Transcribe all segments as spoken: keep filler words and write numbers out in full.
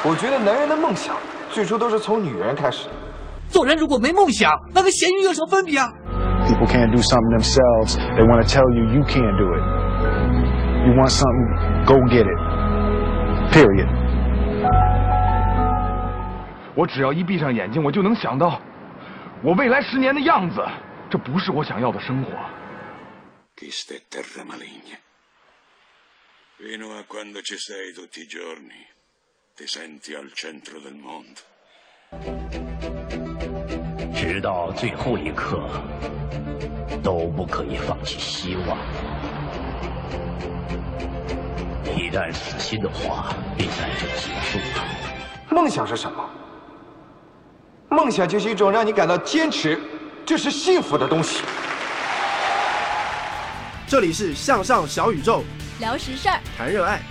我觉得男人的梦想最初都是从女人开始的。 做人如果没梦想，那跟咸鱼有什么分别啊 ？People can't do something themselves. They want to tell you you can't do it. You want something, go get it. Period. 我只要一闭上眼睛，我就能想到我未来十年的样子。这不是我想要的生活。 Questa è terra maligna. Fino a quando ci sei tutti i giorni, ti senti al centro del mondo. 直到最后一刻，都不可以放弃希望。一旦死心的话，比赛就结束了。 梦想是什么？梦想就是一种让你感到坚持就是幸福的东西。 这里是向上小宇宙， 聊实事儿， 谈热爱。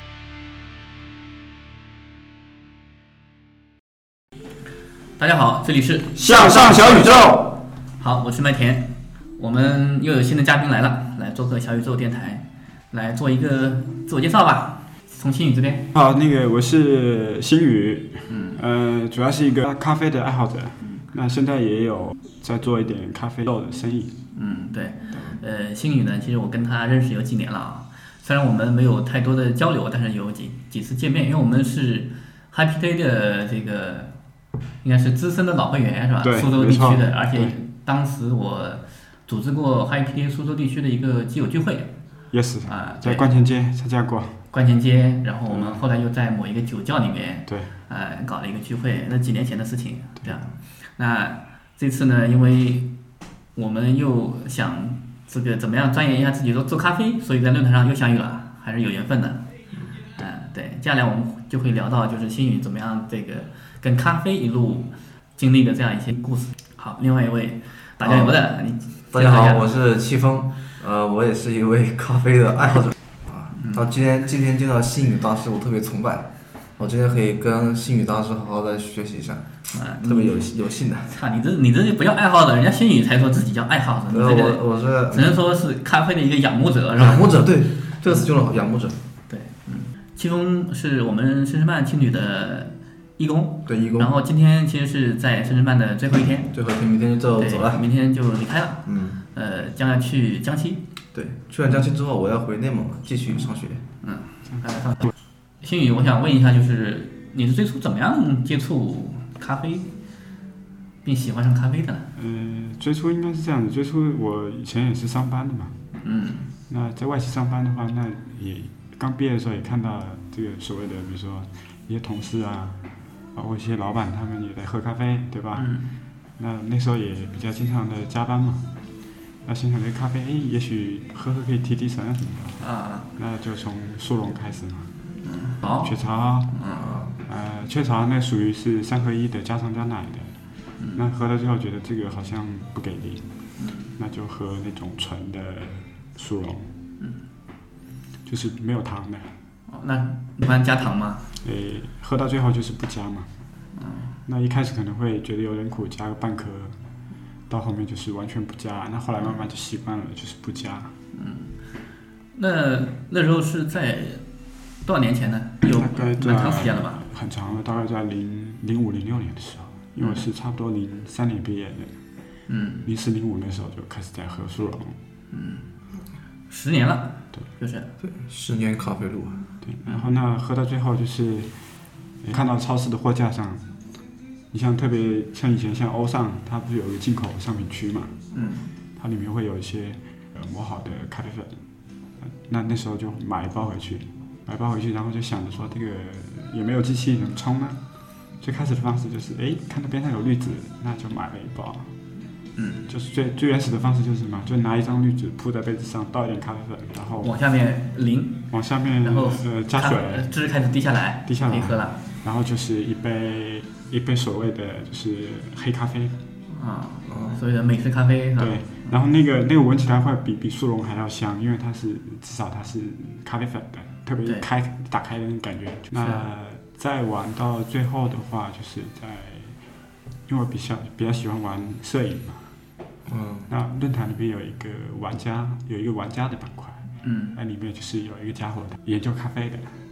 大家好，这里是向上小宇宙。 好，我是麦田，我们又有新的嘉宾来了，来做客小宇宙电台，来做一个自我介绍吧。从新宇这边。 好，那个我是新宇，嗯，呃，主要是一个咖啡的爱好者，嗯，那现在也有在做一点咖啡豆的生意。 嗯，对，呃，新宇呢，其实我跟他认识有几年了啊，虽然我们没有太多的交流，但是有几几次见面，因为我们是 Happy Day 的这个应该是资深的老会员是吧？ 对， 苏州地区的，而且当时我组织过 Happy Day 苏州地区的一个基友聚会。 Yes， 啊， 在观前街参加过。 观前街，然后我们后来又在某一个酒窖里面， 对， 呃，搞了一个聚会，那几年前的事情，这样。那这次呢，因为我们又想这个怎么样钻研一下自己做做咖啡，所以在论坛上又相遇了，还是有缘分的。嗯、呃，对，接下来我们就会聊到就是新宇怎么样这个跟咖啡一路经历的这样一些故事。好，另外一位打酱油的，你大家好，我是戚风，呃，我也是一位咖啡的爱好者。到今天今天见到星宇大师，我特别崇拜。我今天可以跟星宇大师好好的学习一下，啊，特别有有幸的。 操，你这你这不叫爱好者，人家星宇才说自己叫爱好者。 呃，我我是只能说是咖啡的一个仰慕者，是吧？ 仰慕者，对，这个词用得好，仰慕者。 对，嗯，戚风是我们深圳办青旅的义工， 对，义工。 然后今天其实是在深圳办的最后一天， 最后一天，明天就走了， 明天就离开了。 嗯， 呃，将要去江西。 对，去完江西之后，我要回内蒙继续上学。 嗯，上学。星宇，我想问一下，就是你是最初怎么样接触咖啡，并喜欢上咖啡的呢？ 嗯、呃，最初应该是这样子。最初我以前也是上班的嘛。 嗯。 那在外企上班的话，那也刚毕业的时候也看到这个所谓的，比如说一些同事啊，包括一些老板，他们也在喝咖啡，对吧？ 嗯。 那那时候也比较经常的加班嘛。那欣赏这咖啡，哎，也许喝喝可以提提神啊什么的。 啊。 那就从速溶开始嘛。 嗯。好。 雀巢。 嗯。 呃，雀巢那属于是三合一的，加糖加奶的。 嗯。 那喝了之后觉得这个好像不给力。 嗯。 那就喝那种纯的速溶。 嗯。 就是没有糖的。 哦，那一般加糖吗？ 诶，喝到最后就是不加嘛。 嗯。那一开始可能会觉得有点苦，加个半颗。到后面就是完全不加，那后来慢慢就习惯了，就是不加。 嗯，那那时候是在多少年前呢？有蛮长时间了吧？ 很长了，大概在零零五零六年的时候，因为我是差不多零三年毕业的。 嗯。 零四零五那时候就开始在喝速溶。 嗯。十年了。 对。 就是对，十年咖啡路。 对，然后呢，喝到最后就是看到超市的货架上。你像特别像以前像欧尚，它不是有一个进口商品区嘛？ 嗯。 它里面会有一些呃磨好的咖啡粉，那那时候就买一包回去，买一包回去，然后就想着说这个也没有机器能冲呢。最开始的方式就是，哎，看到边上有滤纸，那就买了一包。 嗯。 就是最最原始的方式就是什么？就拿一张滤纸铺在杯子上，倒一点咖啡粉，然后往下面淋， 往下面然后呃加水， 汁开始滴下来， 滴下来， 可以喝了。 然后就是一杯一杯所谓的就是黑咖啡， 啊，所谓的美式咖啡。 对，然后那个那个闻起来会比比速溶还要香，因为它是至少它是咖啡粉的，特别开打开的那种感觉。那再玩到最后的话，就是在因为我比较比较喜欢玩摄影嘛， 嗯， 那论坛里面有一个玩家有一个玩家的板块， 嗯， 那里面就是有一个家伙研究咖啡的。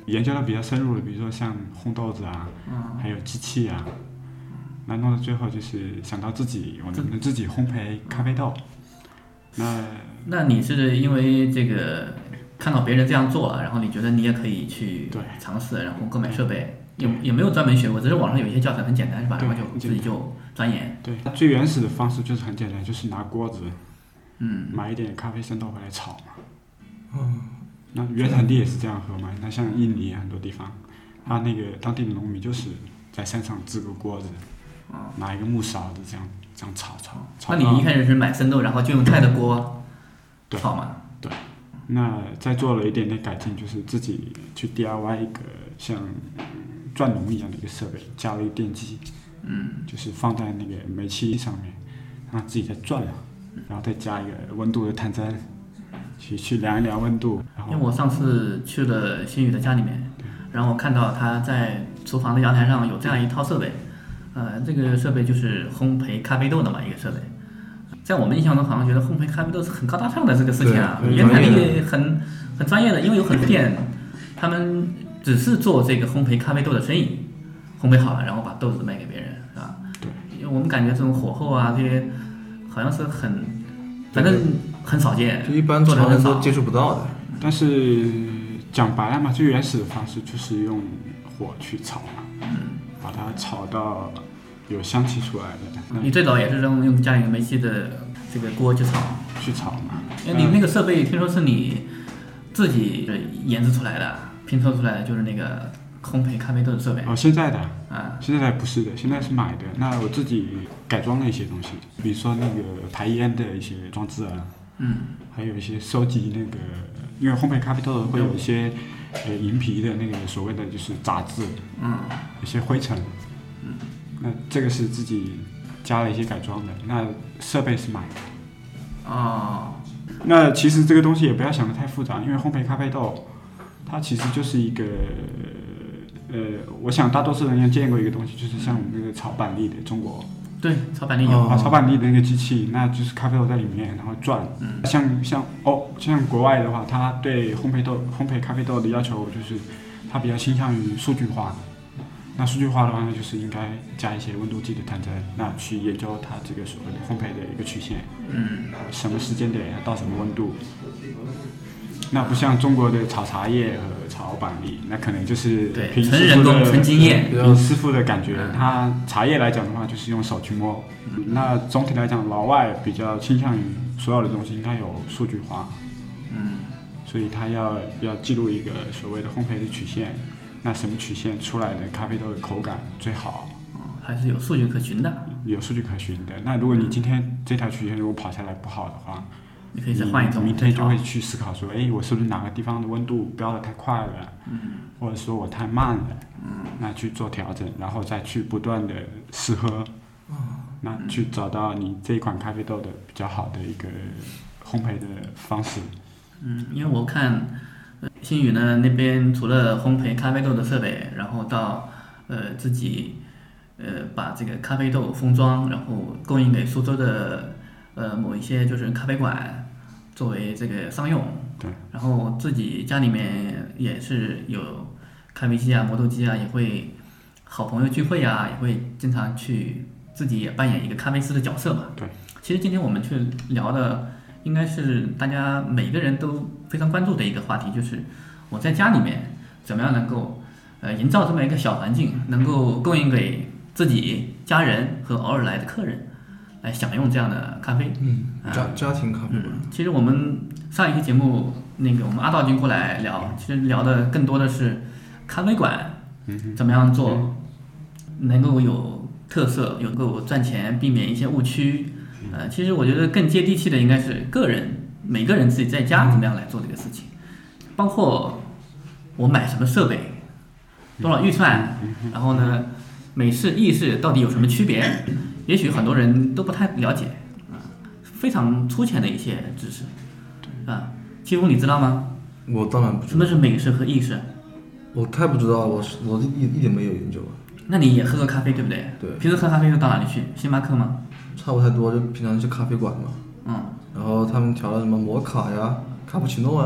研究的比较深入的，比如说像烘豆子啊， 嗯、 还有机器啊，那弄到最后就是想到自己我能不能自己烘焙咖啡豆。那那你是因为这个看到别人这样做了，然后你觉得你也可以去尝试，然后购买设备，有有没有专门学过？只是网上有一些教程很简单是吧？然后就自己就钻研。 对，最原始的方式就是很简单，就是拿锅子， 嗯， 买一点咖啡生豆回来炒嘛。 嗯， 那原产地也是这样喝嘛？那像印尼很多地方，他那个当地的农民就是在山上支个锅子，拿一个木勺子这样这样炒炒。炒那你一开始是买生豆，然后就用钛的锅炒嘛？ 对。那再做了一点点改进，就是自己去 D I Y 一个像转笼一样的一个设备，加了一个电机， 嗯， 就是放在那个煤气上面，让它自己在转，然后再加一个温度的探针，去去量一量温度。然后因为我上次去了新宇的家里面，然后我看到他在厨房的阳台上有这样一套设备，呃，这个设备就是烘焙咖啡豆的嘛，一个设备。在我们印象中，好像觉得烘焙咖啡豆是很高大上的这个事情啊，原产地很很专业的，因为有很多店，他们只是做这个烘焙咖啡豆的生意，烘焙好了，然后把豆子卖给别人，是吧？ 对。 因为我们感觉这种火候啊，这些好像是很，反正很少见， 就一般常人都接触不到的。 但是讲白了嘛，最原始的方式就是用火去炒嘛， 嗯， 把它炒到有香气出来的。 你最早也是用用家里煤气的这个锅去炒， 去炒嘛？ 因为你那个设备听说是你自己研制出来的，拼凑出来的，就是那个烘焙咖啡豆的设备。 哦，现在的啊， 现在不是的，现在是买的。那我自己改装了一些东西，比如说那个排烟的一些装置啊， 嗯， 还有一些收集那个，因为烘焙咖啡豆会有一些呃银皮的那个所谓的就是杂质， 嗯， 一些灰尘， 嗯， 那这个是自己加了一些改装的，那设备是买的。 哦， 那其实这个东西也不要想得太复杂，因为烘焙咖啡豆，它其实就是一个，呃，我想大多数人也见过一个东西，就是像我们那个炒板栗的中国。 对，炒板栗有。 啊，炒板栗的那个机器，那就是咖啡豆在里面，然后转。 嗯。 像像哦，像国外的话，它对烘焙豆、烘焙咖啡豆的要求就是，它比较倾向于数据化。那数据化的话呢，就是应该加一些温度计的探针，那去研究它这个所谓的烘焙的一个曲线， 嗯， 什么时间点要到什么温度。那不像中国的炒茶叶和炒板栗，那可能就是凭师傅的纯经验， 凭师傅的感觉。他茶叶来讲的话，就是用手去摸。 嗯、 那总体来讲，老外比较倾向于所有的东西应该有数据化， 嗯， 所以他要要记录一个所谓的烘焙的曲线。那什么曲线出来的咖啡豆的口感最好？ 哦，还是有数据可循的。 有数据可循的。那如果你今天这条曲线如果跑下来不好的话， 你可以再换一种。 明天就会去思考说，哎，我是不是哪个地方的温度标得太快了， 嗯， 或者说我太慢了， 嗯， 那去做调整，然后再去不断的试喝， 嗯， 那去找到你这一款咖啡豆的比较好的一个烘焙的方式。 嗯，因为我看。新宇呢那边除了烘焙咖啡豆的设备，然后到呃自己呃把这个咖啡豆封装，然后供应给苏州的呃某一些就是咖啡馆作为这个商用。 对。 然后自己家里面也是有咖啡机啊、磨豆机啊，也会好朋友聚会啊，也会经常去自己也扮演一个咖啡师的角色嘛。 对。 其实今天我们去聊的。应该是大家每个人都非常关注的一个话题，就是我在家里面怎么样能够呃营造这么一个小环境，能够供应给自己家人和偶尔来的客人来享用这样的咖啡。 嗯，家、呃、家庭咖啡馆、 嗯。其实我们上一期节目那个我们阿道君过来聊，其实聊的更多的是咖啡馆怎么样做能够有特色，能够赚钱，避免一些误区。呃，其实我觉得更接地气的应该是个人，每个人自己在家怎么样来做这个事情，包括我买什么设备，多少预算，然后呢，美式、意式到底有什么区别？也许很多人都不太了解，啊，非常粗浅的一些知识，啊，七夫你知道吗？ 我当然不知道。 什么是美式和意式？ 我太不知道，我我一一点没有研究。 那你也喝个咖啡对不对？ 对。 平时喝咖啡是到哪里去？星巴克吗？ 差不太多，就平常去咖啡馆嘛。 嗯。 然后他们调了什么摩卡呀、卡布奇诺啊。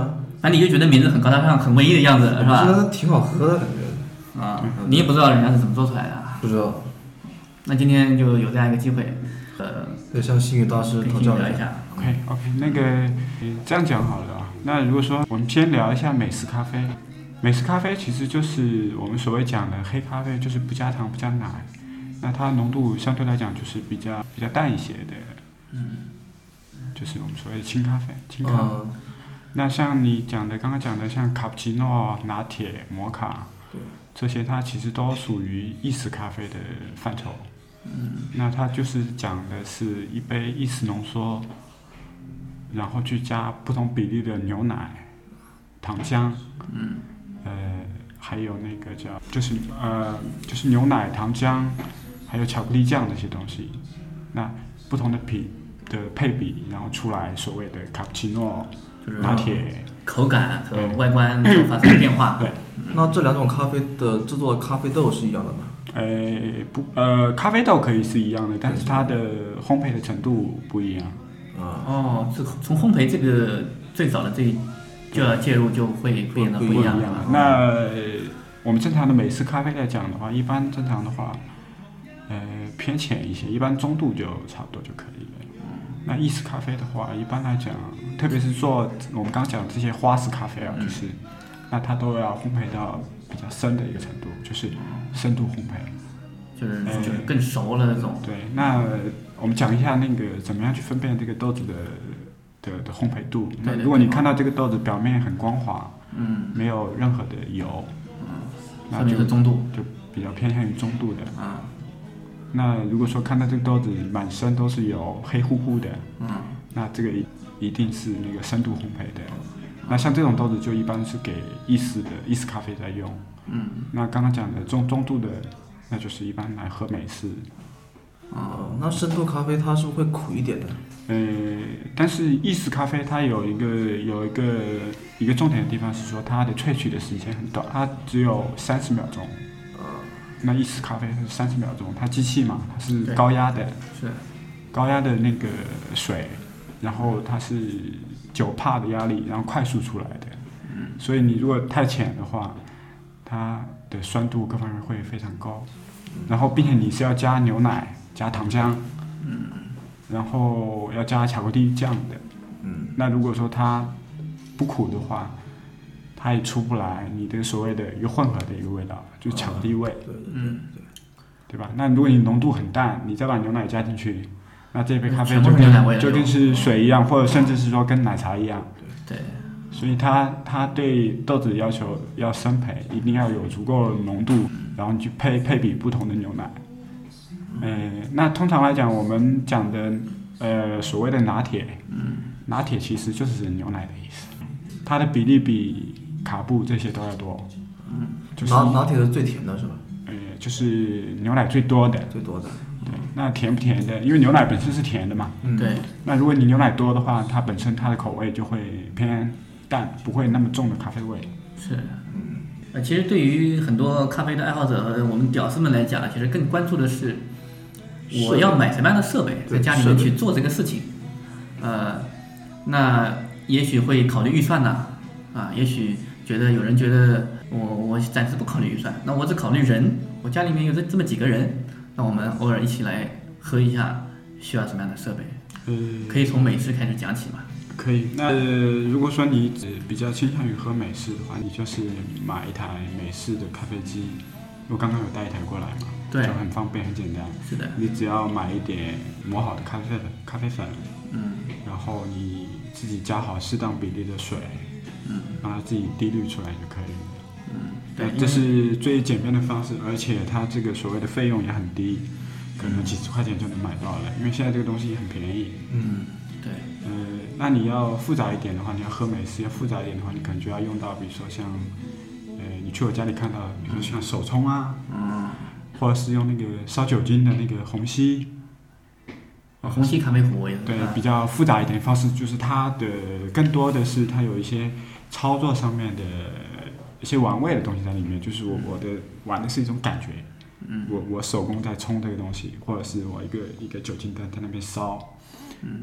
反正你就觉得名字很高大上、很文艺的样子，是吧？ 我觉得挺好喝的感觉。 啊，你也不知道人家是怎么做出来的。 不知道。 那今天就有这样一个机会，呃， 对，向星宇大师讨教一下。 OK OK， 那个这样讲好了啊。那如果说我们先聊一下美式咖啡，美式咖啡其实就是我们所谓讲的黑咖啡，就是不加糖不加奶，那它浓度相对来讲就是比较比较淡一些的， 嗯， 就是我们所谓的轻咖啡，轻咖。 嗯、 那像你讲的刚刚讲的像卡布奇诺、拿铁、摩卡，这些它其实都属于意式咖啡的范畴。 嗯， 那它就是讲的是一杯意式浓缩，然后去加不同比例的牛奶、糖浆， 嗯， 呃，还有那个叫就是呃就是牛奶、糖浆，还有巧克力酱这些东西，那不同的比的配比，然后出来所谓的卡布奇诺、 就是拿铁， 口感和外观所发生的变化。 对， 那这两种咖啡的制作咖啡豆是一样的吗？ 呃不呃，咖啡豆可以是一样的，但是它的烘焙的程度不一样。 啊哦，这从烘焙这个最早的这就要介入，就会变得不一样了。 那我们正常的美式咖啡来讲的话，一般正常的话，呃偏浅一些，一般中度就差不多就可以了。那意式咖啡的话，一般来讲，特别是做我们刚讲的这些花式咖啡啊，就是，那它都要烘焙到比较深的一个程度，就是深度烘焙， 就是就是更熟了那种。 对，那我们讲一下那个怎么样去分辨这个豆子的的的烘焙度。那如果你看到这个豆子表面很光滑， 嗯， 没有任何的油， 嗯， 那就是中度， 就比较偏向于中度的。 啊。 那如果说看到这个豆子满身都是油，黑乎乎的， 嗯， 那这个一一定是那个深度烘焙的。那像这种豆子就一般是给意式的意式咖啡在用。 嗯， 那刚刚讲的中中度的，那就是一般来喝美式。 哦，那深度咖啡它是不是会苦一点的？ 呃，但是意式咖啡它有一个有一个一个重点的地方是说它的萃取的时间很短，它只有三十秒钟。那意式咖啡是三十秒钟，它机器嘛，它是高压的， 是高压的那个水，然后它是九帕的压力，然后快速出来的。 嗯， 所以你如果太浅的话，它的酸度各方面会非常高，然后并且你是要加牛奶、加糖浆， 嗯， 然后要加巧克力酱的， 嗯， 那如果说它不苦的话，它也出不来你的所谓的一个混合的一个味道，就是巧克力味， 对， 嗯， 对吧？那如果你浓度很淡，你再把牛奶加进去，那这杯咖啡就跟就跟是水一样，或者甚至是说跟奶茶一样， 对。 所以它它对豆子要求要深焙，一定要有足够的浓度，然后你去配配比不同的牛奶。呃，那通常来讲，我们讲的呃所谓的拿铁， 嗯， 拿铁其实就是牛奶的意思，它的比例比卡布这些都要多。 嗯， 就是拿拿铁是最甜的是吧？ 呃，就是牛奶最多的。 最多的。 对，那甜不甜的？因为牛奶本身是甜的嘛。 嗯， 对。 那如果你牛奶多的话，它本身它的口味就会偏淡，不会那么重的咖啡味。 是。嗯。呃，其实对于很多咖啡的爱好者和我们屌丝们来讲，其实更关注的是，我要买什么样的设备，在家里面去做这个事情。呃，那也许会考虑预算呢，啊，也许觉得有人觉得我我暂时不考虑预算，那我只考虑人，我家里面有这这么几个人，那我们偶尔一起来喝一下，需要什么样的设备？ 呃， 可以从美式开始讲起嘛。 可以。那、呃、如果说你比较倾向于喝美式的话，你就是买一台美式的咖啡机。我刚刚有带一台过来嘛， 对， 就很方便，很简单。 是的。 你只要买一点磨好的咖啡粉，咖啡粉， 嗯， 然后你自己加好适当比例的水， 嗯， 让它自己滴滤出来就可以了。 嗯，对， 这是最简便的方式，而且它这个所谓的费用也很低，可能几十块钱就能买到了，因为现在这个东西很便宜。 嗯，对。 呃，那你要复杂一点的话，你要喝美式要复杂一点的话，你可能就要用到，比如说像，呃，你去我家里看到，比如说像手冲啊， 嗯， 或者是用那个烧酒精的那个虹吸。 虹吸咖啡壶也对，比较复杂一点的方式，就是它的更多的是它有一些操作上面的一些玩味的东西在里面，就是我我的玩的是一种感觉， 嗯， 我我手工在冲这个东西，或者是我一个一个酒精灯在那边烧， 嗯，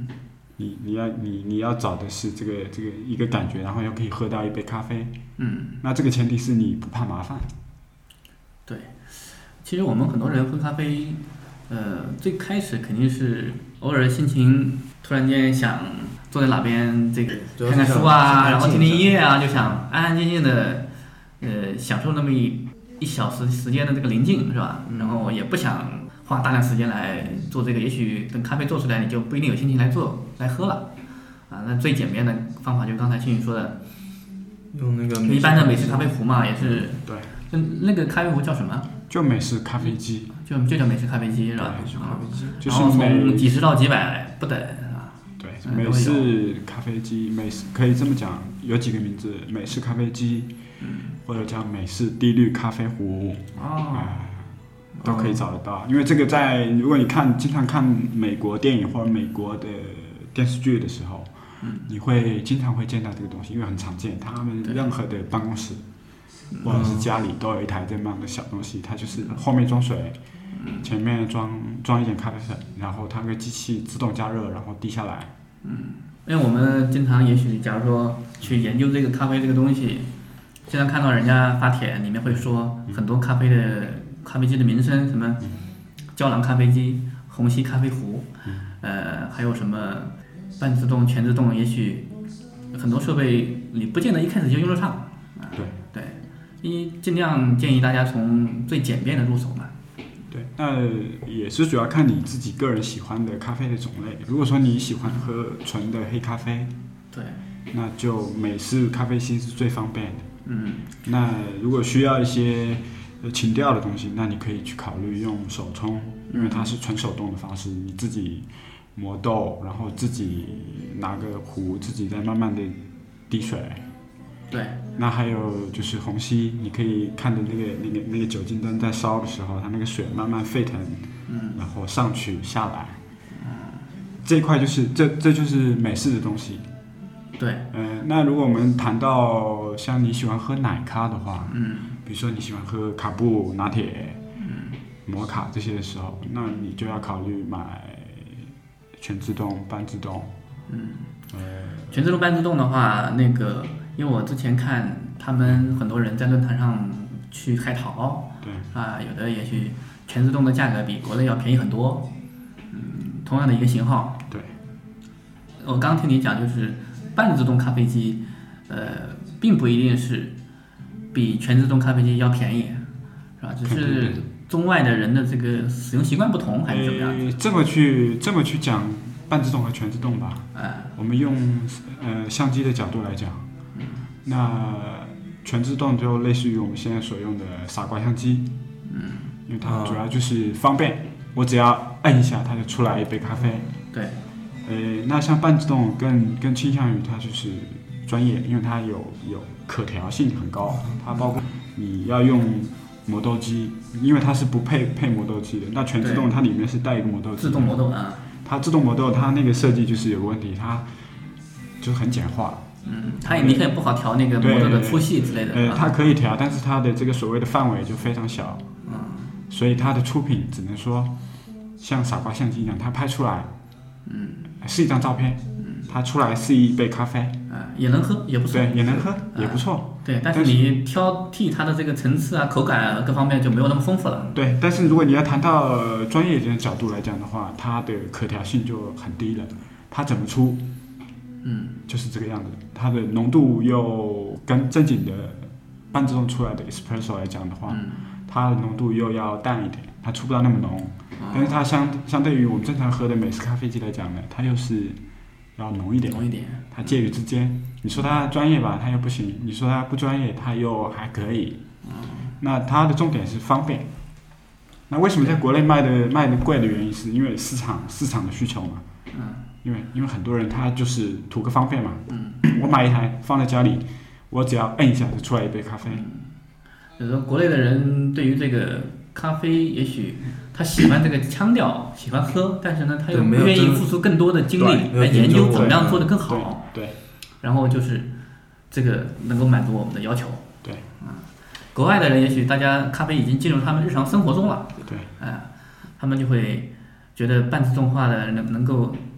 你你要你你要找的是这个这个一个感觉，然后又可以喝到一杯咖啡。 嗯， 那这个前提是你不怕麻烦。 对，其实我们很多人喝咖啡，呃，最开始肯定是偶尔心情突然间想坐在哪边这个看看书啊，然后听听音乐啊，就想安安静静的，呃，享受那么一一小时时间的这个宁静，是吧？然后也不想花大量时间来做这个，也许等咖啡做出来，你就不一定有心情来做来喝了，啊，那最简便的方法就是刚才青宇说的， 用那个一般的美式咖啡壶嘛，也是对， 那个咖啡壶叫什么？ 就美式咖啡机， 就就叫美式咖啡机是吧？ 美式咖啡机， 然后从几十到几百不等是吧？ 对，美式咖啡机，美式可以这么讲，有几个名字，美式咖啡机，嗯、或者叫美式低滤咖啡壶， 哦、 呃，都可以找得到。因为这个在如果你看经常看美国电影或者美国的电视剧的时候，嗯、你会经常会见到这个东西，因为很常见，他们任何的办公室。或者是家里都有一台这么样的小东西，它就是后面装水，前面装装一点咖啡粉，然后它那个机器自动加热，然后滴下来。 嗯，因为我们经常也许假如说去研究这个咖啡这个东西，经常看到人家发帖里面会说很多咖啡的咖啡机的名称，什么胶囊咖啡机、虹吸咖啡壶，呃，还有什么半自动、全自动，也许很多设备你不见得一开始就用得上。 对对。一尽量建议大家从最简便的入手嘛。 对，那也是主要看你自己个人喜欢的咖啡的种类。如果说你喜欢喝纯的黑咖啡， 对， 那就美式咖啡机是最方便的。 嗯， 那如果需要一些情调的东西，那你可以去考虑用手冲，因为它是纯手动的方式，你自己磨豆，然后自己拿个壶，自己再慢慢的滴水。 对， 那还有就是虹吸，你可以看着那个那个那个酒精灯在烧的时候，它那个水慢慢沸腾， 嗯， 然后上去下来，嗯，这一块就是这这就是美式的东西。 对， 呃，那如果我们谈到像你喜欢喝奶咖的话， 嗯， 比如说你喜欢喝卡布、拿铁、嗯、摩卡这些的时候，那你就要考虑买全自动、半自动， 嗯， 呃， 全自动、半自动的话，那个。因为我之前看他们很多人在论坛上去海淘， 对啊，有的也许全自动的价格比国内要便宜很多，嗯，同样的一个型号， 对。 我刚听你讲，就是半自动咖啡机，呃，并不一定是比全自动咖啡机要便宜，是吧？只是中外的人的这个使用习惯不同，还是怎么样？ 呃，这么去这么去讲半自动和全自动吧， 哎， 我们用呃相机的角度来讲。那全自动就类似于我们现在所用的傻瓜相机， 嗯， 因为它主要就是方便，哦、我只要按一下它就出来一杯咖啡。 对， 呃，那像半自动更更倾向于它就是专业，因为它有有可调性很高，它包括你要用磨豆机，因为它是不配配磨豆机的，那全自动它里面是带一个磨豆机， 自动磨豆啊， 它自动磨豆它那个设计就是有个问题，它就是很简化。 嗯，它也你可以不好调那个磨豆的粗细之类的。 呃，它可以调，但是它的这个所谓的范围就非常小， 嗯， 所以它的出品只能说像傻瓜相机一样，它拍出来， 嗯， 是一张照片，嗯，它出来是一杯咖啡， 啊，也能喝，也不错， 对，也能喝，也不错， 啊、对，但是你挑剔它的这个层次啊、口感啊各方面就没有那么丰富了。 对，但是如果你要谈到专业的角度来讲的话，它的可调性就很低了，它怎么出？ 嗯， 就是这个样子，它的浓度又跟正经的半自动出来的 espresso 来讲的话， 嗯、 它的浓度又要淡一点，它出不到那么浓。哦、但是它相相对于我们正常喝的美式咖啡机来讲呢，它又是要浓一点， 浓一点， 它介于之间。你说它专业吧，它又不行；你说它不专业，它又还可以。 嗯、 那它的重点是方便。那为什么在国内卖的卖的贵的原因，是因为市场市场的需求嘛？ 嗯。 因为因为很多人他就是图个方便嘛， 嗯， 我买一台放在家里，我只要摁一下就出来一杯咖啡。 就是说，国内的人对于这个咖啡，也许他喜欢这个腔调，喜欢喝，但是呢，他又不愿意付出更多的精力来研究怎么样做得更好。 对。对然后就是这个能够满足我们的要求。 对。 啊，国外的人也许大家咖啡已经进入他们日常生活中了。 对。 啊，他们就会觉得半自动化的能能够。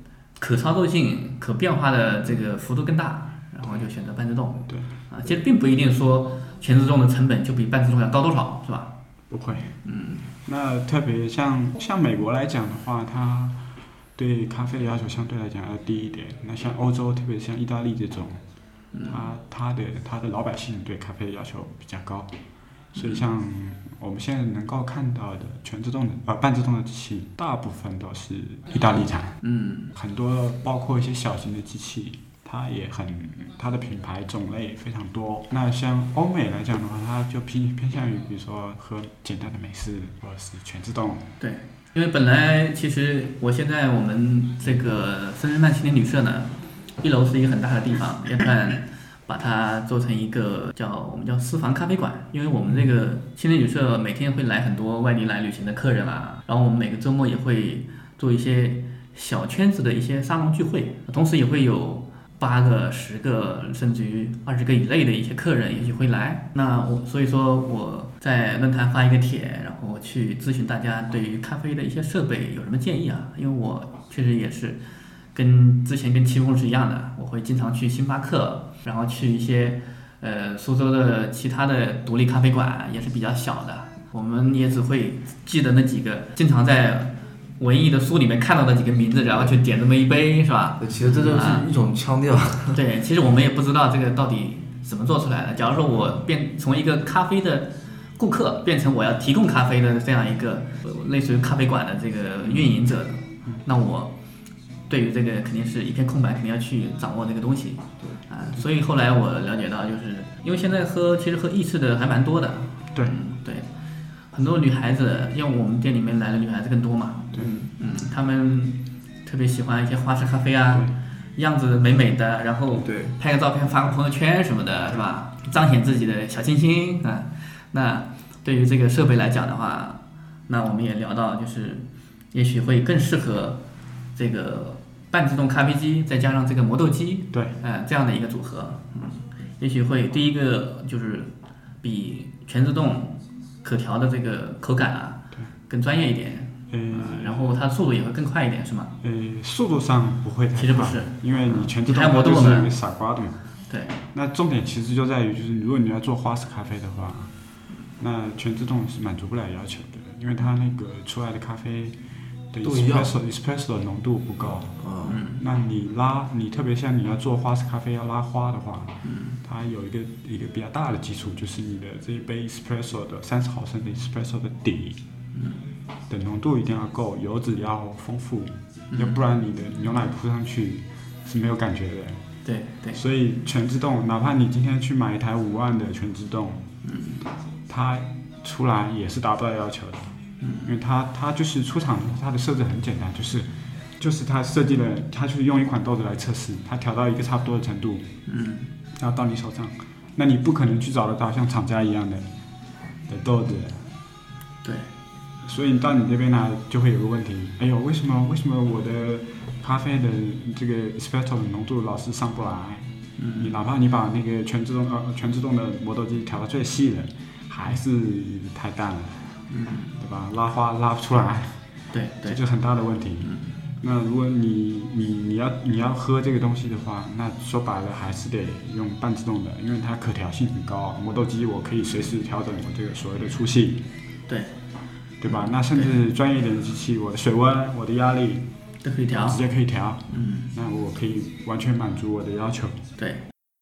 可操作性、可变化的这个幅度更大，然后就选择半自动。 对， 啊，其实并不一定说全自动的成本就比半自动要高多少，是吧？ 不会。 嗯， 那特别像像美国来讲的话，它对咖啡的要求相对来讲要低一点。那像欧洲，特别像意大利这种，它它的它的老百姓对咖啡的要求比较高，所以像我们现在能够看到的全自动的呃半自动的机器，大部分都是意大利产。 嗯， 很多包括一些小型的机器，它也很它的品牌种类非常多。那像欧美来讲的话，它就偏偏向于比如说喝简单的美式或者是全自动。 对。因为本来其实我现在我们这个森日曼青年旅社呢，一楼是一个很大的地方，要看把它做成一个叫我们叫私房咖啡馆。因为我们这个青年旅社每天会来很多外地来旅行的客人啊，然后我们每个周末也会做一些小圈子的一些沙龙聚会，同时也会有八个、十个甚至于二十个以内的一些客人也许会来。那我所以说我在论坛发一个帖，然后去咨询大家对于咖啡的一些设备有什么建议啊？因为我确实也是跟之前跟七公是一样的，我会经常去星巴克，然后去一些呃苏州的其他的独立咖啡馆，也是比较小的。我们也只会记得那几个经常在文艺的书里面看到的几个名字，然后去点这么一杯，是吧？ 其实这就是一种腔调。 啊、对，其实我们也不知道这个到底怎么做出来的。假如说我变从一个咖啡的顾客变成我要提供咖啡的这样一个类似于咖啡馆的这个运营者，那我对于这个肯定是一片空白，肯定要去掌握这个东西。啊，所以后来我了解到，就是因为现在喝其实喝意式的还蛮多的。 对、 嗯、对。很多女孩子，因为我们店里面来的女孩子更多嘛， 对， 嗯，她们特别喜欢一些花式咖啡啊，样子美美的，然后拍个照片发个朋友圈什么的，是吧？彰显自己的小清新啊。那对于这个设备来讲的话，那我们也聊到，就是也许会更适合这个半自动咖啡机，再加上这个磨豆机， 对， 呃，这样的一个组合，嗯，也许会第一个就是比全自动可调的这个口感啊，更专业一点， 呃， 然后它速度也会更快一点，是吗？ 呃，速度上不会太快， 其实不是， 因为你全自动它就是傻瓜的嘛。 对。 那重点其实就在于，就是如果你要做花式咖啡的话，那全自动是满足不了要求的，因为它那个出来的咖啡的 espresso espresso 的浓度不高。 嗯。 那你拉，你特别像你要做花式咖啡要拉花的话，嗯。它有一个一个比较大的基础，就是你的这一杯 espresso 的三十毫升的 espresso 的底，嗯，的浓度一定要够，油脂要丰富，嗯、要不然你的牛奶铺上去是没有感觉的。 对对。 所以全自动，哪怕你今天去买一台五万的全自动，嗯，它出来也是达不到要求的，嗯，因为它它就是出厂它的设置很简单，就是就是它设计了，它就是用一款豆子来测试，它调到一个差不多的程度，嗯。然后到你手上，那你不可能去找得到像厂家一样的的豆子， 对， 所以到你这边来就会有个问题，哎呦，为什么为什么我的咖啡的这个 espresso 的浓度老是上不来？嗯，你哪怕你把那个全自动呃全自动的磨豆机调到最细了，还是太淡了，嗯，对吧？拉花拉不出来， 对对， 这就很大的问题。嗯。那如果你你你要你要喝这个东西的话，那说白了还是得用半自动的，因为它可调性很高。磨豆机我可以随时调整我这个所谓的粗细， 对， 对吧？那甚至专业一点的机器，我的水温、我的压力都可以调， 直接可以调。 嗯， 那我可以完全满足我的要求。 对。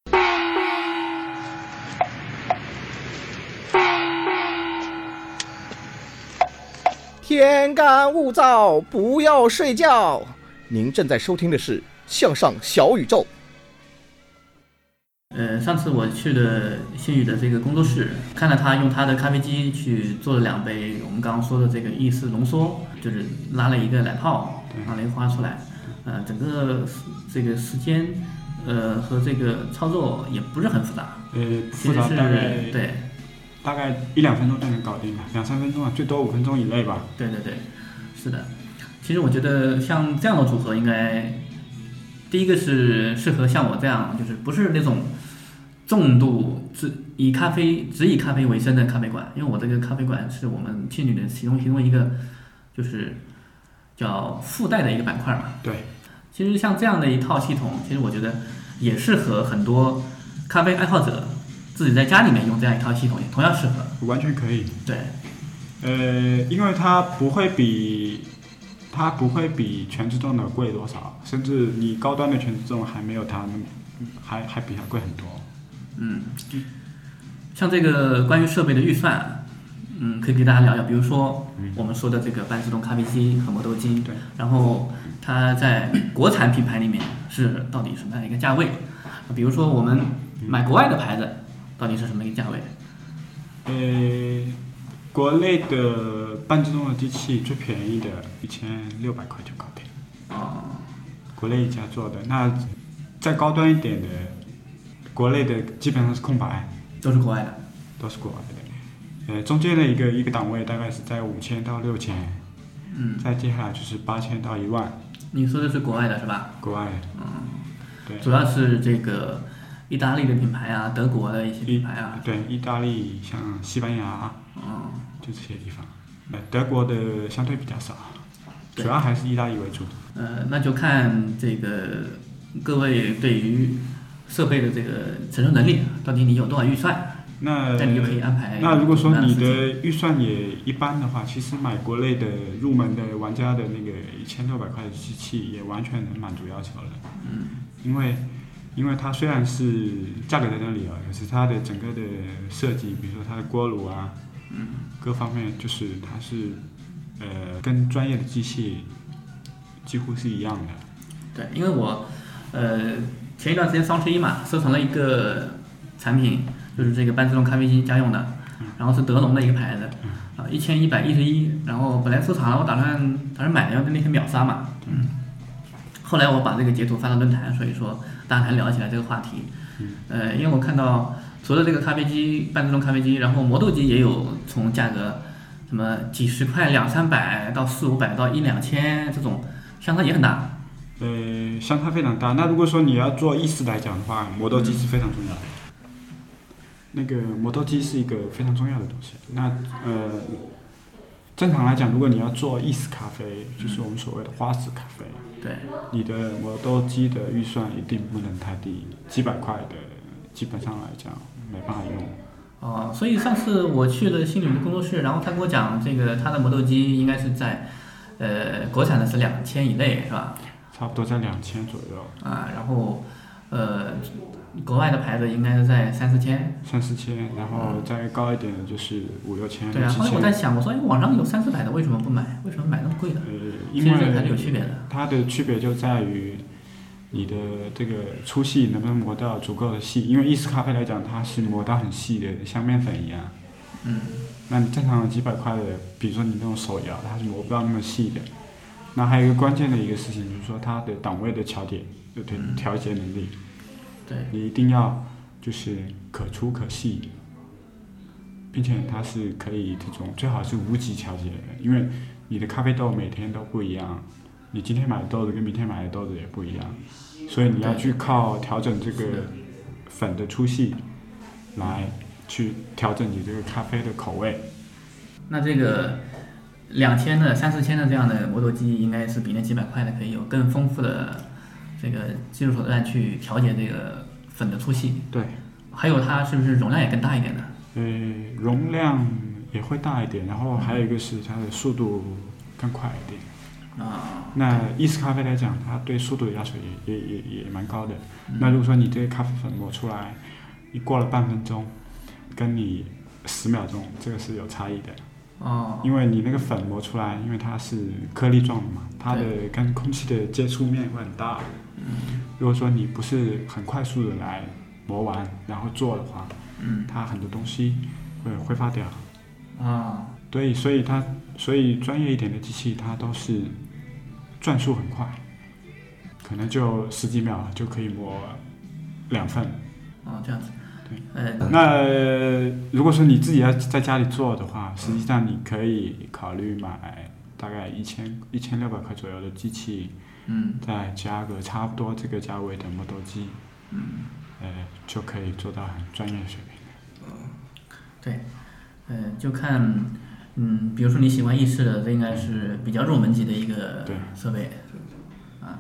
天干物燥，不要睡觉。您正在收听的是《向上小宇宙》。 呃，上次我去了新宇的这个工作室，看了他用他的咖啡机去做了两杯我们刚刚说的这个意式浓缩，就是拉了一个奶泡，拉了一个花出来。呃，整个这个时间，呃和这个操作也不是很复杂。 呃，复杂大概对。 大概一两分钟就能搞定了，两三分钟啊，最多五分钟以内吧。 对对对，是的。其实我觉得像这样的组合应该，第一个是适合像我这样，就是不是那种重度只以咖啡只以咖啡为生的咖啡馆，因为我这个咖啡馆是我们青旅的其中其中一个，就是叫附带的一个板块嘛。 对。 其实像这样的一套系统，其实我觉得也适合很多咖啡爱好者自己在家里面用这样一套系统，也同样适合。 完全可以。 对， 呃，因为它不会比它不会比全自动的贵多少，甚至你高端的全自动还没有它还还比它贵很多。 嗯，像这个关于设备的预算，嗯，可以给大家聊聊，比如说我们说的这个半自动咖啡机和磨豆机， 对， 然后它在国产品牌里面是到底什么样的一个价位？比如说我们买国外的牌子，到底是什么一个价位？ 呃，国内的半自动的机器最便宜的一千六百块就搞定。 哦， 国内一家做的，那再高端一点的，国内的基本上是空白， 都是国外的， 都是国外的。呃，中间的一个一个档位大概是在五千到六千， 嗯， 再接下来就是八千到一万。 你说的是国外的是吧？ 国外的， 嗯， 对， 主要是这个意大利的品牌啊，德国的一些品牌啊， 对，意大利像西班牙， 嗯， 就这些地方。呃，德国的相对比较少，主要还是意大利为主。 呃，那就看这个各位对于设备的这个承受能力，到底你有多少预算？ 那那你就可以安排。 那如果说你的预算也一般的话，其实买国内的入门的玩家的那个一千六百块的机器也完全能满足要求了。 嗯， 因为因为它虽然是价格在那里啊，可是它的整个的设计，比如说它的锅炉啊， 嗯， 各方面就是它是呃跟专业的机器几乎是一样的。 对，因为我呃前一段时间双十一嘛，收藏了一个产品。就是这个半自动咖啡机家用的，然后是德龙的一个牌子，啊，一千一百一十一。然后本来收藏了，我打算打算买的，那天秒杀嘛，嗯。后来我把这个截图发到论坛，所以说大家才聊起来这个话题。呃，因为我看到除了这个咖啡机半自动咖啡机，然后磨豆机也有从价格什么几十块、两三百到四五百到一两千这种，相差也很大。 呃，相差非常大。那如果说你要做意式来讲的话，磨豆机是非常重要的。那个磨豆机是一个非常重要的东西。那呃，正常来讲，如果你要做意式咖啡，就是我们所谓的花式咖啡， 对， 你的磨豆机的预算一定不能太低，几百块的，基本上来讲没办法用。 哦，所以上次我去了新宇的工作室，然后他跟我讲，这个他的磨豆机应该是在，呃，国产的是两千以内，是吧？ 差不多在两千左右。 啊，然后，呃。国外的牌子应该是在三四千， 三四千，然后再高一点的就是五六千。 对啊，后来我在想，我说，哎，网上有三四百的，为什么不买？为什么买那么贵的？ 呃，因为还是有区别的。 它的区别就在于你的这个粗细能不能磨到足够的细，因为意式咖啡来讲，它是磨到很细的，像面粉一样。 嗯。 那你正常的几百块的，比如说你那种手摇，它是磨不到那么细的。那还有一个关键的一个事情，就是说它的档位的调节，就对调节能力。 对， 你一定要就是可粗可细，并且它是可以这种最好是无级调节的，因为你的咖啡豆每天都不一样，你今天买的豆子跟明天买的豆子也不一样，所以你要去靠调整这个粉的粗细来去调整你这个咖啡的口味。 那这个两千的、三四千的这样的磨豆机，应该是比那几百块的可以有更丰富的这个技术手段去调节这个粉的粗细。 对， 还有它是不是容量也更大一点呢？ 呃，容量也会大一点，然后还有一个是它的速度更快一点。 啊。 那意式咖啡来讲，它对速度的要求也也也也蛮高的。嗯、那如果说你这个咖啡粉磨出来，你过了半分钟，跟你十秒钟，这个是有差异的。 哦。 因为你那个粉磨出来，因为它是颗粒状的嘛，它的跟空气的接触面会很大。 嗯。 如果说你不是很快速的来磨完，然后做的话， 嗯， 它很多东西会挥发掉。 啊。 对，所以它，所以专业一点的机器，它都是转速很快，可能就十几秒就可以磨两份。 哦，这样子。 对。 呃， 那如果说你自己要在家里做的话，实际上你可以考虑买大概一千一千六百块左右的机器。 嗯， 再加个差不多这个价位的磨豆机， 嗯， 呃，就可以做到很专业水平的。 对，呃，就看，嗯，比如说你喜欢意式的，这应该是比较入门级的一个设备，啊，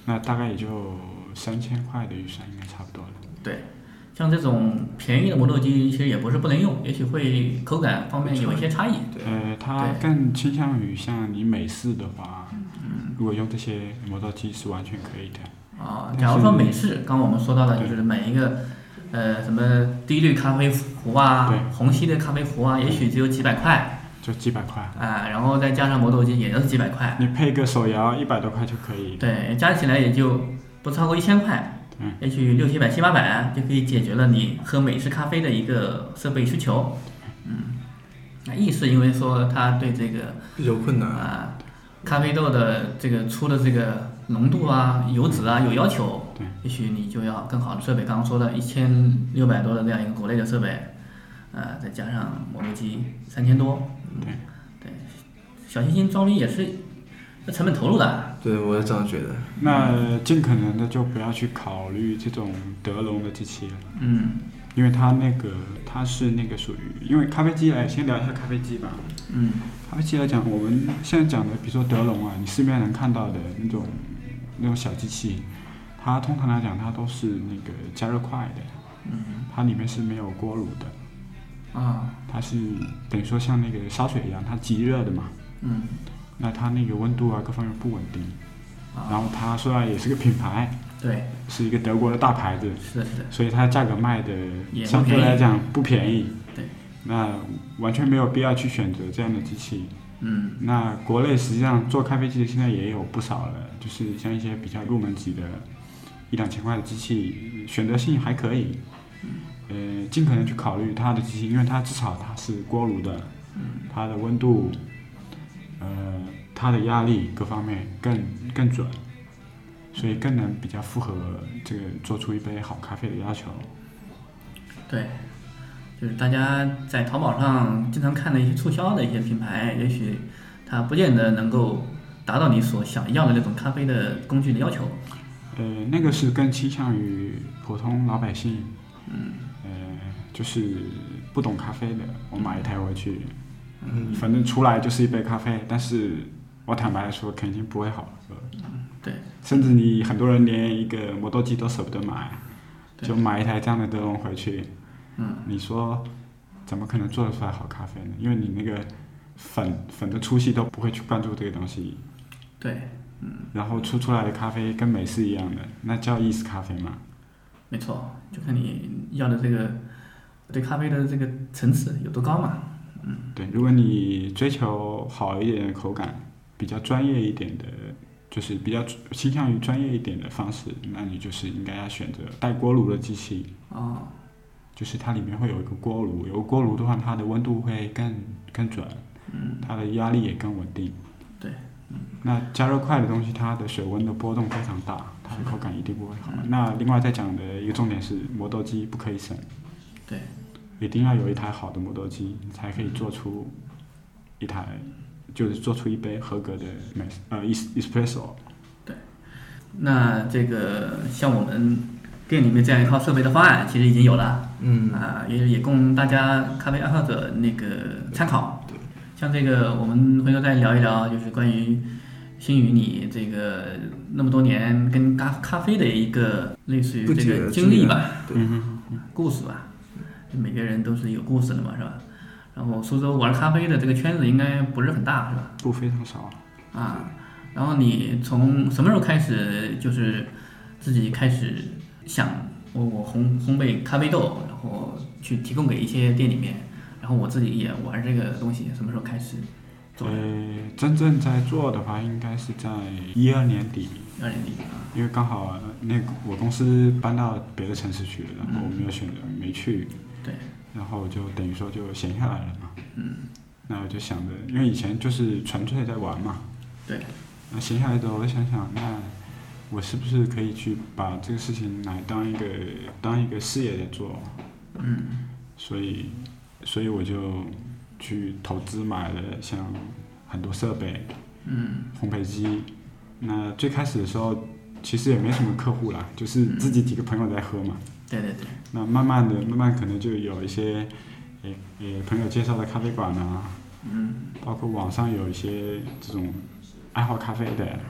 那大概也就三千块的预算应该差不多了。 对，像这种便宜的磨豆机其实也不是不能用，也许会口感方面有一些差异。 呃，它更倾向于像你美式的话，嗯，如果用这些磨豆机是完全可以的。 啊，假如说美式，刚刚我们说到的就是买一个，呃，什么低滤咖啡壶啊，虹吸的咖啡壶啊，也许只有几百块。 就几百块啊，然后再加上磨豆机，也就是几百块。 你配个手摇，一百多块就可以。 对，加起来也就不超过一千块，嗯，也许六七百、七八百就可以解决了你喝美式咖啡的一个设备需求。嗯，那意式因为说它对这个比较困难啊，咖啡豆的这个出的这个浓度啊、油脂啊有要求， 对， 也许你就要更好的设备。刚刚说的一千六百多的这样一个国内的设备，呃，再加上磨豆机三千多。 对， 对，小行星装逼也是成本投入的。 对，我也这样觉得。 那尽可能的就不要去考虑这种德龙的机器了。 嗯， 因为它那个它是那个属于，因为咖啡机来先聊一下咖啡机吧。 嗯， 咖啡机来讲，我们现在讲的，比如说德龙啊，你市面上能看到的那种那种小机器，它通常来讲它都是那个加热块的。 嗯， 它里面是没有锅炉的。 啊， 它是等于说像那个烧水一样，它即热的嘛。 嗯。 那它那个温度啊，各方面不稳定。 啊。 然后它虽然也是个品牌， 对， 是一个德国的大牌子， 是的，是的。 所以它价格卖的相对来讲不便宜。 对。 那完全没有必要去选择这样的机器。 嗯。 那国内实际上做咖啡机的现在也有不少了，就是像一些比较入门级的，一两千块的机器，选择性还可以。呃，尽可能去考虑它的机器，因为它至少它是锅炉的，它的温度，呃，它的压力各方面更更准，所以更能比较符合这个做出一杯好咖啡的要求。 对，就是大家在淘宝上经常看的一些促销的一些品牌，也许它不见得能够达到你所想要的那种咖啡的工具的要求。 呃，那个是更倾向于普通老百姓。 嗯。 呃，就是不懂咖啡的，我买一台回去， 嗯， 反正出来就是一杯咖啡，但是我坦白来说，肯定不会好喝。 嗯，对。 甚至你很多人连一个磨豆机都舍不得买，就买一台这样的德龙回去。 嗯。 你说怎么可能做得出来好咖啡呢？因为你那个粉粉的粗细都不会去关注这个东西。 对。嗯。 然后出出来的咖啡跟美式一样的，那叫意式咖啡嘛。 没错，就看你要的这个对咖啡的这个层次有多高嘛。嗯， 对，如果你追求好一点的口感，比较专业一点的，就是比较倾向于专业一点的方式，那你就是应该要选择带锅炉的机器。 哦。 就是它里面会有一个锅炉，有个锅炉的话，它的温度会更更准， 嗯， 它的压力也更稳定。 对。嗯， 那加热块的东西，它的水温的波动非常大，它的口感一定不会好。嗯，那另外再讲的一个重点是，磨豆机不可以省。 对。 一定要有一台好的磨豆机，才可以做出一台，就是做出一杯合格的美呃 espresso。 对。那这个像我们店里面这样一套设备的方案，其实已经有了。 嗯。 啊，也也供大家咖啡爱好者那个参考。 对。 像这个，我们回头再聊一聊，就是关于星宇你这个那么多年跟咖咖啡的一个类似于这个经历吧， 对， 故事吧。每个人都是有故事的嘛，是吧？然后苏州玩咖啡的这个圈子应该不是很大，是吧？ 不，非常少。 啊，然后你从什么时候开始就是自己开始想我我烘烘焙咖啡豆，然后去提供给一些店里面？然后我自己也玩这个东西，什么时候开始做？ 呃，真正在做的话，应该是在一二年底。 二年底啊。 因为刚好那个我公司搬到别的城市去了，然后我没有选择，没去。 对。 然后就等于说就闲下来了嘛。 嗯。 那我就想着，因为以前就是纯粹在玩嘛。 对。 那闲下来之后，我就想想，那我是不是可以去把这个事情来当一个当一个事业在做？ 嗯。 所以。所以我就去投资买了像很多设备， 嗯， 烘焙机。那最开始的时候其实也没什么客户啦，就是自己几个朋友在喝嘛。 对对对。 那慢慢的，慢慢可能就有一些，呃呃朋友介绍的咖啡馆啊， 嗯， 包括网上有一些这种爱好咖啡的，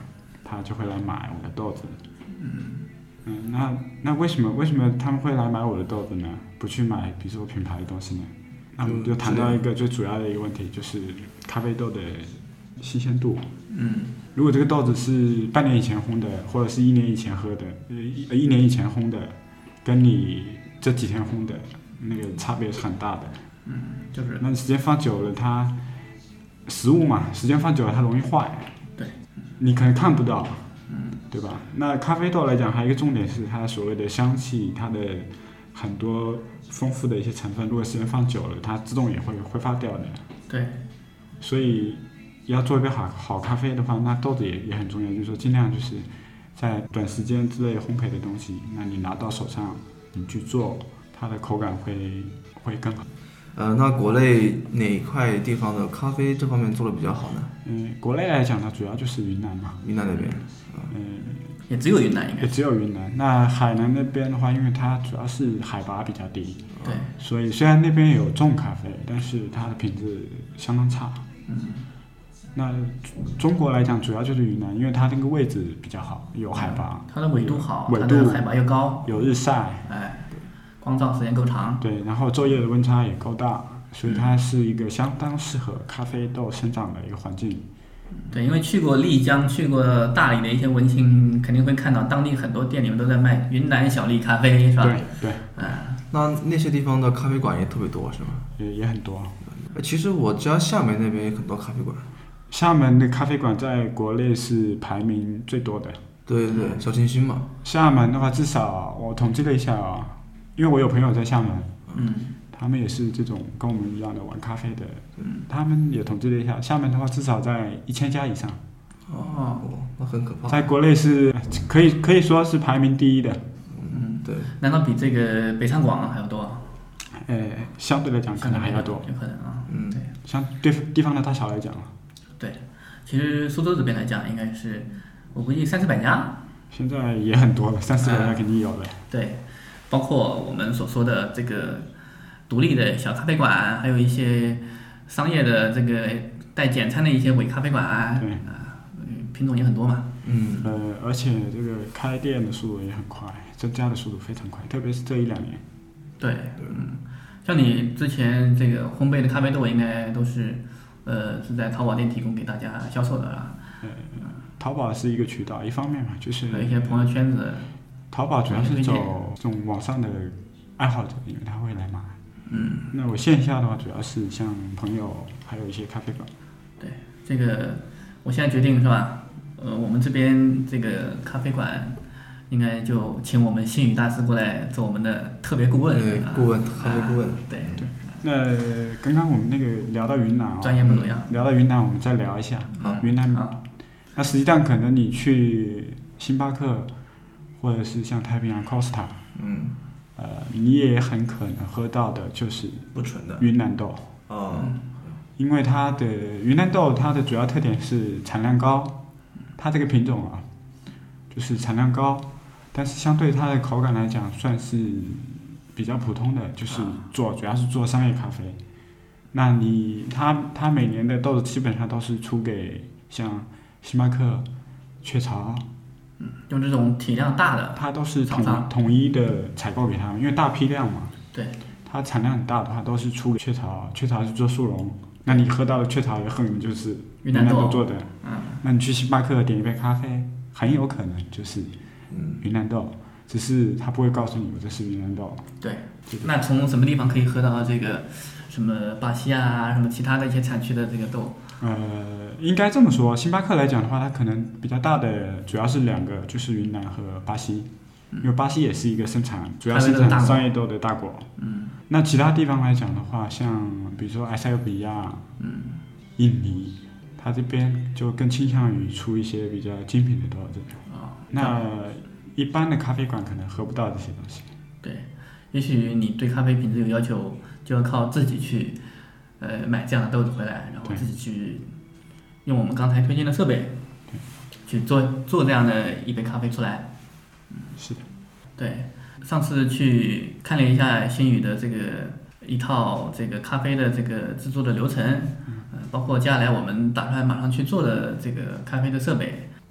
他就会来买我的豆子。嗯嗯，那那为什么为什么他们会来买我的豆子呢？不去买比如说品牌的东西呢？那我们就谈到一个最主要的一个问题，就是咖啡豆的新鲜度。 嗯， 如果这个豆子是半年以前烘的，或者是一年以前喝的，呃一一年以前烘的，跟你这几天烘的那个差别是很大的。 嗯，就是那时间放久了，它食物嘛，时间放久了它容易坏。 对， 你可能看不到。 嗯， 对吧？那咖啡豆来讲，还有一个重点是它所谓的香气，它的很多丰富的一些成分，如果时间放久了，它自动也会挥发掉的。 对， 所以要做一杯好好咖啡的话，那豆子也也很重要，就是说尽量就是在短时间之内烘焙的东西，那你拿到手上，你去做，它的口感会会更好。 呃，那国内哪一块地方的咖啡这方面做的比较好呢？ 嗯，国内来讲呢，主要就是云南嘛。 云南那边， 嗯， 也只有云南应该。 也只有云南。那海南那边的话，因为它主要是海拔比较低， 对， 所以虽然那边有种咖啡，但是它的品质相当差。 嗯。 那中国来讲，主要就是云南，因为它那个位置比较好，有海拔， 它的纬度好， 纬度它的海拔又高， 有日晒， 哎。光照时间够长， 对，然后昼夜的温差也够大，所以它是一个相当适合咖啡豆生长的一个环境。 对，因为去过丽江、去过大理的一些文青，肯定会看到当地很多店里面都在卖云南小粒咖啡，是吧？ 对对， 嗯， 那那些地方的咖啡馆也特别多，是吗？ 也也很多。 其实我家厦门那边有很多咖啡馆。 厦门的咖啡馆在国内是排名最多的。 对对对，小清新嘛。 厦门的话，至少我统计了一下啊。因为我有朋友在厦门， 嗯， 他们也是这种跟我们一样的玩咖啡的，嗯，他们也统计了一下，厦门的话至少在一千家以上。 哦，那很可怕。 在国内是可以可以说是排名第一的。 嗯，对。 难道比这个北上广还要多？ 呃，相对来讲可能还要多。 有可能啊， 嗯， 对。 相对地方的大小来讲， 对，其实苏州这边来讲，应该是我估计三四百家。 现在也很多了，三四百家肯定有的。 对。包括我们所说的这个独立的小咖啡馆，还有一些商业的这个带简餐的一些伪咖啡馆， 对啊，品种也很多嘛。 嗯，呃，而且这个开店的速度也很快，增加的速度非常快，特别是这一两年。 对，嗯，像你之前这个烘焙的咖啡豆，应该都是呃是在淘宝店提供给大家销售的啦。 呃，淘宝是一个渠道，一方面嘛，就是有一些朋友圈子。 淘宝主要是走这种网上的爱好者，因为他会来买。 嗯， 那我线下的话，主要是像朋友，还有一些咖啡馆。 对，这个我现在决定是吧？呃，我们这边这个咖啡馆，应该就请我们新宇大师过来做我们的特别顾问。 对，顾问，咖啡顾问。 对对。那刚刚我们那个聊到云南啊， 专业不怎么样。 聊到云南，我们再聊一下。 好， 云南。 好。 那实际上可能你去星巴克。或者是像太平洋 Costa， 嗯， 呃，你也很可能喝到的就是不纯的云南豆。 哦， 因为它的云南豆，它的主要特点是产量高，它这个品种啊，就是产量高，但是相对它的口感来讲，算是比较普通的，就是做主要是做商业咖啡。那你它它每年的豆子基本上都是出给像星巴克、雀巢。 嗯，用这种体量大的， 它都是统统一的采购给他们，因为大批量嘛。 对。 它产量很大的话，都是出给雀巢，雀巢是做速溶，那你喝到的雀巢也很就是云南豆做的。 嗯。 那你去星巴克点一杯咖啡，很有可能就是云南豆，只是他不会告诉你这是云南豆。 对。那从什么地方可以喝到这个什么巴西啊，什么其他的一些产区的这个豆？ 呃，应该这么说，星巴克来讲的话，它可能比较大的主要是两个，就是云南和巴西，因为巴西也是一个生产主要生产商业豆的大国。 嗯。 那其他地方来讲的话，像比如说埃塞俄比亚、 嗯、 印尼，它这边就更倾向于出一些比较精品的豆子。 啊。 那一般的咖啡馆可能喝不到这些东西。 对，也许你对咖啡品质有要求，就要靠自己去。呃，买这样的豆子回来，然后自己去用我们刚才推荐的设备，去做做这样的一杯咖啡出来。 嗯，是的。 对，上次去看了一下新宇的这个一套这个咖啡的这个制作的流程，呃，包括接下来我们打算马上去做的这个咖啡的设备，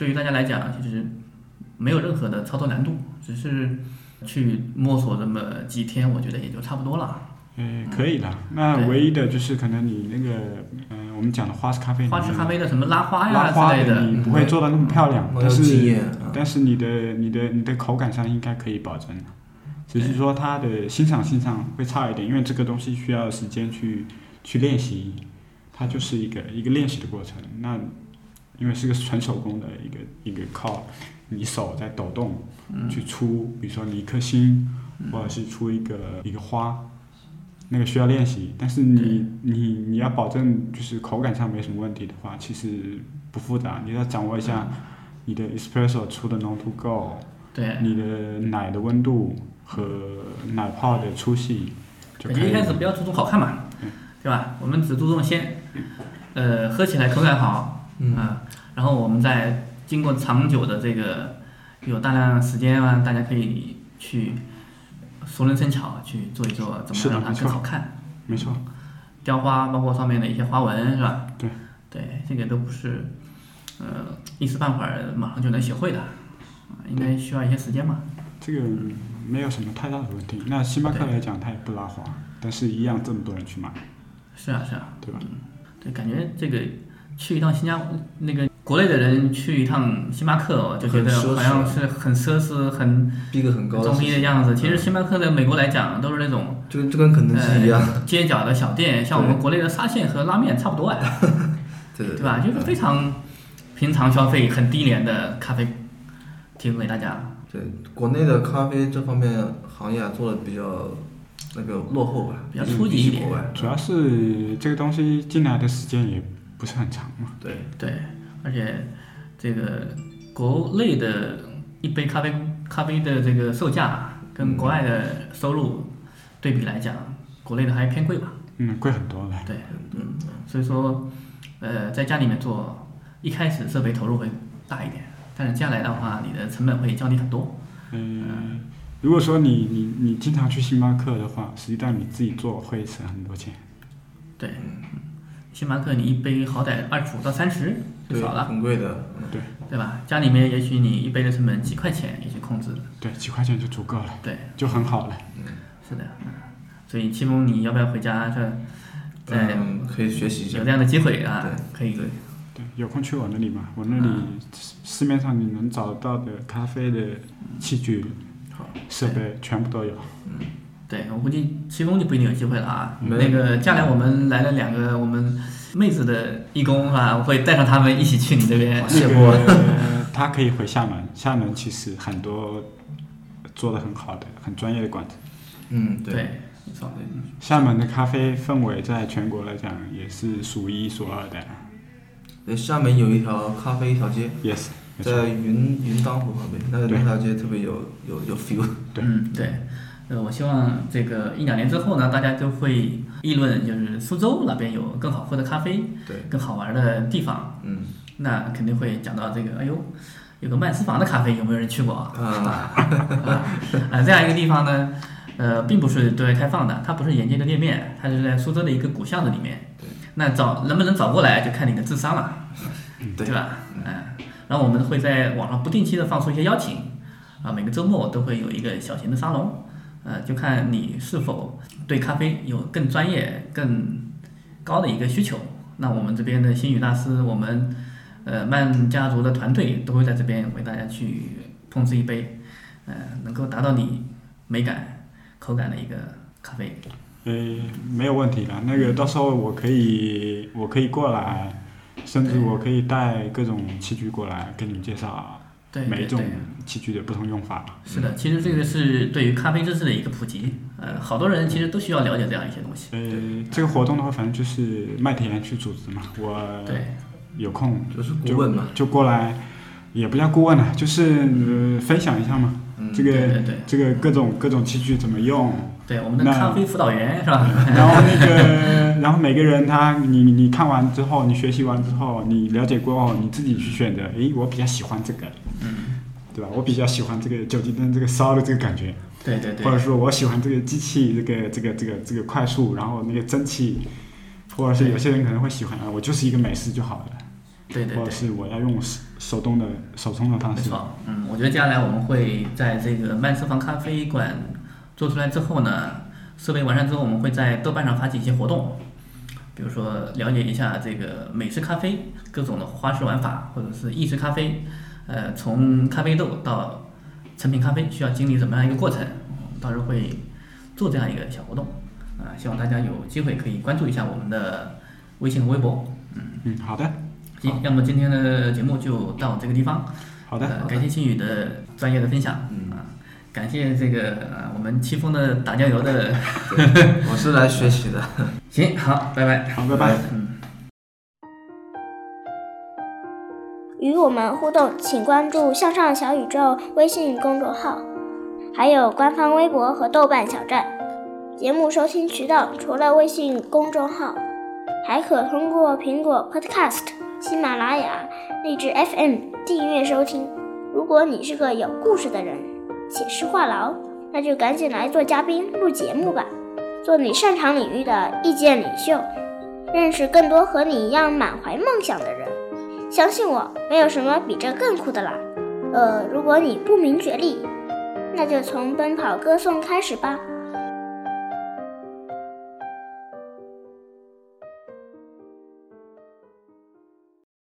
对于大家来讲，其实没有任何的操作难度，只是去摸索这么几天，我觉得也就差不多了。 呃，可以了。那唯一的就是可能你那个，嗯、呃，我们讲的花式咖啡， 花式咖啡的什么拉花呀拉花之类的， 你不会做到那么漂亮， 嗯、 但是、 嗯、 但是你的你的你的口感上应该可以保证，只是说它的欣赏性上会差一点，因为这个东西需要时间去去练习，它就是一个一个练习的过程。那因为是个纯手工的一个一个靠你手在抖动、嗯、去出，比如说你一颗心，嗯、或者是出一个一个花。那个需要练习，但是你你你要保证就是口感上没什么问题的话，其实不复杂，你要掌握一下你的 espresso 出的浓度够， 对， 你的奶的温度和奶泡的粗细就可以。 感觉一开始不要注重好看嘛， 对, 对吧？我们只注重先，呃，喝起来口感好， 嗯啊，然后我们再经过长久的这个有大量时间啊，大家可以去。熟能生巧去做一做，怎么样让它更好看？ 没错， 雕花包括上面的一些花纹是吧？ 对， 对，这个都不是，呃，一时半会儿马上就能学会的，应该需要一些时间嘛。 这个没有什么太大的问题。那星巴克来讲，它也不拉花，但是一样这么多人去买。 是啊，是啊， 对吧？ 嗯、对，感觉这个去一趟新加坡那个。国内的人去一趟星巴克、哦，就觉得好像是很奢侈、很逼格很高、 装逼的样子。其实星巴克在美国来讲都是那种， 就就跟肯德基一样， 呃、街角的小店，像我们国内的沙县和拉面差不多哎， 对对对吧？就是非常平常消费、很低廉的咖啡提供给大家。 对，国内的咖啡这方面行业啊做的比较那个落后吧， 比较初级一点。 主要是这个东西进来的时间也不是很长嘛。 对对。而且，这个国内的一杯咖啡咖啡的这个售价跟国外的收入对比来讲，国内的还偏贵吧？ 嗯，贵很多了。 对，嗯，所以说，呃，在家里面做，一开始设备投入会大一点，但是接下来的话，你的成本会降低很多。 嗯，嗯如果说你你你经常去星巴克的话，实际上你自己做会省很多钱。 对。星巴克你一杯好歹二十五到三十就少了， 很贵的， 对对吧？家里面也许你一杯的成本几块钱也许控制， 对，几块钱就足够了， 对， 就很好了。 嗯，是的，嗯，所以七峰你要不要回家这，在、 嗯、可以学习一下， 有这样的机会啊，可以， 对，有空去我那里嘛，我那里市面上你能找到的咖啡的器具、设备全部都有。 嗯。对，我估计七峰就不一定有机会了啊。 嗯、 那个将来我们来了两个我们妹子的义工是吧？我会带上他们一起去你这边谢播。那个、他可以回厦门，厦门其实很多做的很好的、很专业的馆子。 嗯，对， 对没错。 厦门的咖啡氛围在全国来讲也是数一数二的。 对，厦门有一条咖啡一条街 ，yes， 在云云当湖旁边，那个那条街特别有有有 feel。 对， 嗯，对。呃，我希望这个一两年之后呢，大家就会议论，就是苏州那边有更好喝的咖啡， 对， 更好玩的地方。 嗯， 那肯定会讲到这个，哎呦，有个曼斯房的咖啡，有没有人去过啊？啊，啊，这样一个地方呢，呃，并不是对外开放的，它不是沿街的店面，它是在苏州的一个古巷子里面。 对， 那找能不能找过来，就看你的智商了， 对, 对吧？嗯，然后我们会在网上不定期的放出一些邀请，啊，每个周末都会有一个小型的沙龙。呃，就看你是否对咖啡有更专业、更高的一个需求。那我们这边的星宇大师，我们呃曼家族的团队都会在这边为大家去烹制一杯，呃，能够达到你美感、口感的一个咖啡。 呃，没有问题的。那个到时候我可以，我可以过来，甚至我可以带各种器具过来跟你们介绍。 对每一种器具的不同用法。 是的，其实这个是对于咖啡知识的一个普及，呃，好多人其实都需要了解这样一些东西。 呃，这个活动的话，反正就是麦田去组织嘛，我对有空就是顾问嘛， 就过来，也不叫顾问了，就是呃分享一下嘛。 嗯、 这个对对对这个各种各种器具怎么用？ 对，我们的咖啡辅导员是吧？ 然后那个，然后每个人他你你看完之后，你学习完之后，你了解过后，你自己去选择。诶，我比较喜欢这个， 嗯， 对吧？我比较喜欢这个酒精灯这个烧的这个感觉。 对对对。 或者说我喜欢这个机器这个这个这个这个快速，然后那个蒸汽，或者是有些人可能会喜欢啊，我就是一个美式就好了。 对对对， 或者是我要用手手动的手冲的方式。 没错，嗯，我觉得接下来我们会在这个慢私房咖啡馆做出来之后呢，设备完善之后，我们会在豆瓣上发起一些活动，比如说了解一下这个美式咖啡各种的花式玩法，或者是意式咖啡，呃，从咖啡豆到成品咖啡需要经历怎么样一个过程，到时候会做这样一个小活动，啊、呃，希望大家有机会可以关注一下我们的微信和微博。嗯嗯，好的。 行，那么今天的节目就到这个地方。 好的， 呃、感谢新宇的专业的分享。嗯啊，感谢这个呃我们戚风的打酱油的， 我是来学习的。 行，好，拜拜。 好，拜拜。 嗯。 与我们互动，请关注向上小宇宙微信公众号，还有官方微博和豆瓣小站。节目收听渠道除了微信公众号，还可通过苹果 Podcast、喜马拉雅、荔枝 F M 订阅收听。如果你是个有故事的人，且是话痨，那就赶紧来做嘉宾录节目吧，做你擅长领域的意见领袖，认识更多和你一样满怀梦想的人。相信我，没有什么比这更酷的啦。呃，如果你不明觉厉，那就从奔跑歌颂开始吧。